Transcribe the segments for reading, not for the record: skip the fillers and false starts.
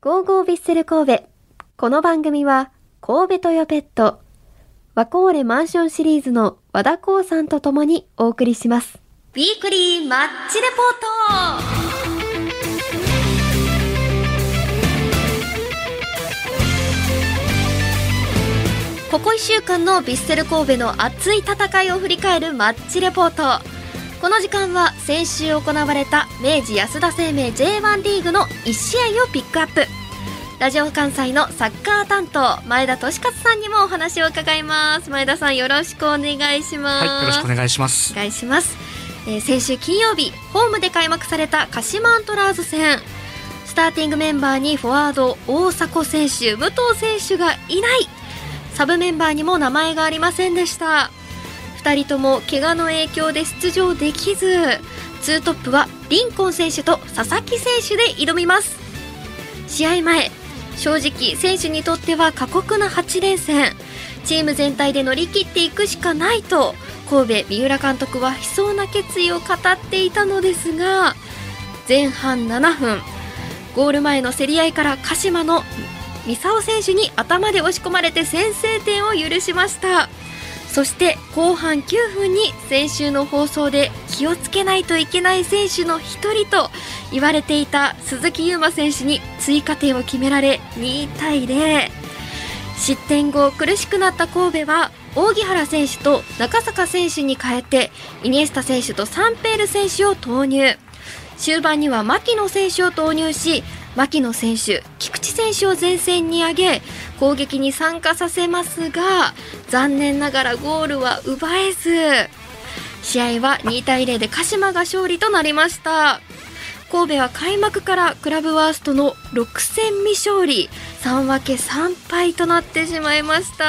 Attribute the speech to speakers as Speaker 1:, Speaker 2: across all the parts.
Speaker 1: ゴーゴービッセル神戸。この番組は神戸トヨペット、ワコーレマンションシリーズの和田光さんと共にお送りします。ウィークリーマッチレポート。ここ1週間のヴィッセル神戸の熱い戦いを振り返るマッチレポート。この時間は先週行われた明治安田生命 J1 リーグの1試合をピックアップ。ラジオ関西のサッカー担当前田利勝さんにもお話を伺います。前田さん、よろしくお願いします。
Speaker 2: はい、よろしくお願いします。
Speaker 1: お願いします。先週金曜日、ホームで開幕された鹿島アントラーズ戦、スターティングメンバーにフォワード大迫選手、武藤選手がいない。サブメンバーにも名前がありませんでした。2人とも怪我の影響で出場できず、2トップはリンコン選手と佐々木選手で挑みます。試合前、正直選手にとっては過酷な8連戦、チーム全体で乗り切っていくしかないと神戸三浦監督は悲壮な決意を語っていたのですが、前半7分、ゴール前の競り合いから鹿島の三沢選手に頭で押し込まれて先制点を許しました。そして後半9分に先週の放送で気をつけないといけない選手の一人と言われていた鈴木優磨選手に追加点を決められ2対0。失点後苦しくなった神戸は扇原選手と中坂選手に代えてイニエスタ選手とサンペール選手を投入。終盤には牧野選手を投入し、牧野選手、菊池選手を前線に上げ攻撃に参加させますが、残念ながらゴールは奪えず、試合は2対0で鹿島が勝利となりました。神戸は開幕からクラブワーストの6戦未勝利、3分け3敗となってしまいました。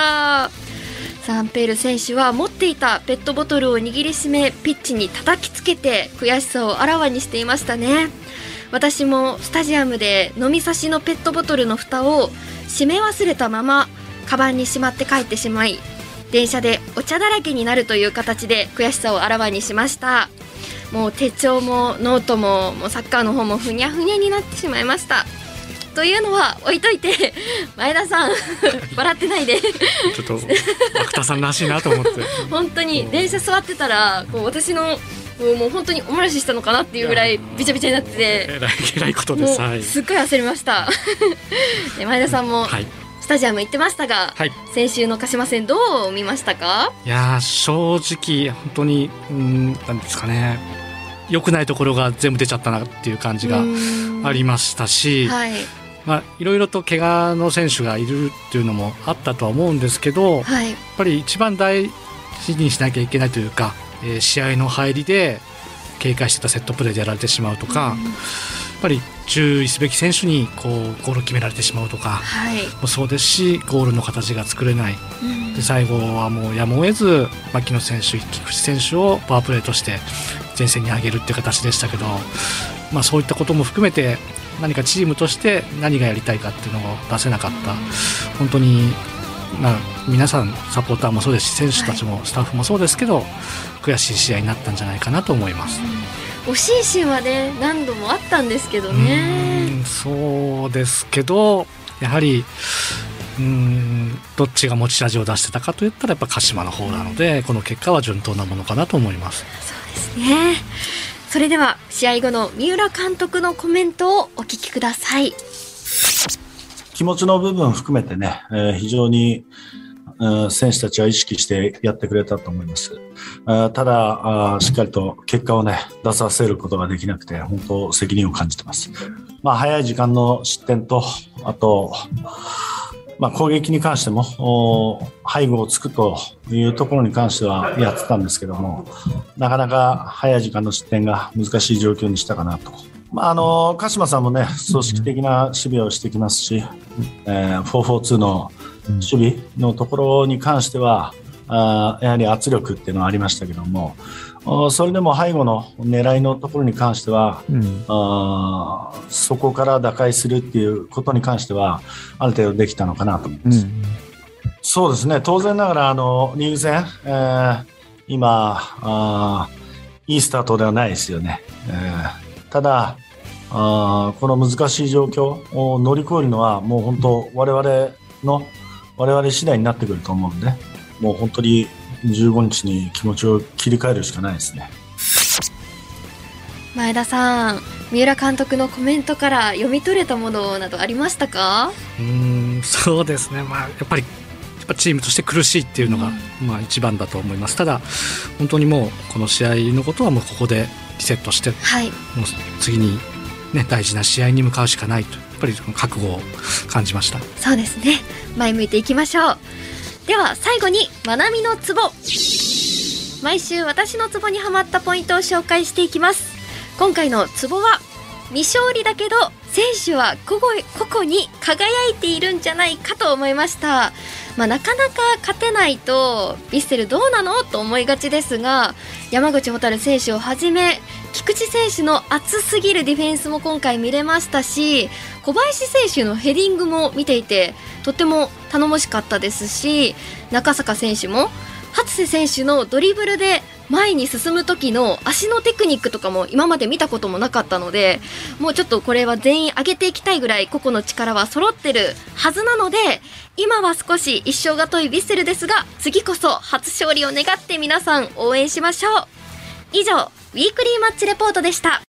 Speaker 1: サンペール選手は持っていたペットボトルを握りしめピッチに叩きつけて悔しさをあらわにしていましたね。私もスタジアムで飲み差しのペットボトルの蓋を閉め忘れたままカバンにしまって帰ってしまい、電車でお茶だらけになるという形で悔しさをあらわにしました。もう手帳もノートもサッカーの方もふにゃふにゃになってしまいました。というのは置いといて、前田さん笑ってないで
Speaker 2: ちょっと芥田さんらしいなと思って
Speaker 1: 本当に電車座ってたらこう私のもう本当におもらししたのかなっていうぐらいびちゃびちゃになってて、
Speaker 2: えらいことです。
Speaker 1: もうすっごい焦りましたで前田さんもスタジアム行ってましたが、はい、先週の鹿島戦どう見ましたか？
Speaker 2: いや正直本当になんですかね、良くないところが全部出ちゃったなっていう感じがありましたし、はい、いろいろと怪我の選手がいるっていうのもあったとは思うんですけど、はい、やっぱり一番大事にしなきゃいけないというか、試合の入りで警戒してたセットプレーでやられてしまうとか、やっぱり注意すべき選手にこうゴールを決められてしまうとか、はい、もそうですし、ゴールの形が作れない、で最後はもうやむを得ず牧野選手、菊池選手をパワープレーとして前線に上げるっていう形でしたけど、そういったことも含めて何かチームとして何がやりたいかっていうのを出せなかった、本当に皆さんサポーターもそうですし、選手たちもスタッフもそうですけど、悔しい試合になったんじゃないかなと思います。
Speaker 1: 惜しいシーンはね、何度もあったんですけどね。
Speaker 2: そうですけど、やはりどっちが持ち味を出してたかといったらやっぱ鹿島の方なので、この結果は順当なものかなと思います。
Speaker 1: そうですね。それでは試合後の三浦監督のコメントをお聞きください。
Speaker 3: 気持ちの部分含めてね、非常に選手たちは意識してやってくれたと思います。ただしっかりと結果をね出させることができなくて、本当責任を感じてます。早い時間の失点と、あと攻撃に関しても背後をつくというところに関してはやってたんですけども、なかなか早い時間の失点が難しい状況にしたかなと。鹿島さんもね、組織的な守備をしてきますし、4-4-2 の守備のところに関してはやはり圧力っていうのはありましたけども、それでも背後の狙いのところに関しては、そこから打開するっていうことに関してはある程度できたのかなと思います。そうですね、当然ながらリーグ戦、今いいスタートではないですよね。ただこの難しい状況を乗り越えるのはもう本当我々次第になってくると思うんで、もう本当に15日に気持ちを切り替えるしかないですね。
Speaker 1: 前田さん、三浦監督のコメントから読み取れたものなどありましたか？
Speaker 2: そうですね、やっぱりチームとして苦しいっていうのが、一番だと思います。ただ本当にもうこの試合のことはもうここでリセットして、もう次に、大事な試合に向かうしかないと、やっぱり覚悟を感じました。
Speaker 1: そうですね、前向いていきましょう。では最後にまなみのツボ、毎週私のツボにハマったポイントを紹介していきます。今回のツボは、未勝利だけど選手は個々に輝いているんじゃないかと思いました。なかなか勝てないとヴィッセルどうなのと思いがちですが、山口蛍選手をはじめ菊池選手の熱すぎるディフェンスも今回見れましたし、小林選手のヘディングも見ていてとっても頼もしかったですし、中坂選手も初瀬選手のドリブルで前に進む時の足のテクニックとかも今まで見たこともなかったので、もうちょっとこれは全員上げていきたいぐらい個々の力は揃ってるはずなので、今は少し一生が遠いヴィッセルですが、次こそ初勝利を願って皆さん応援しましょう。以上、ウィークリーマッチレポートでした。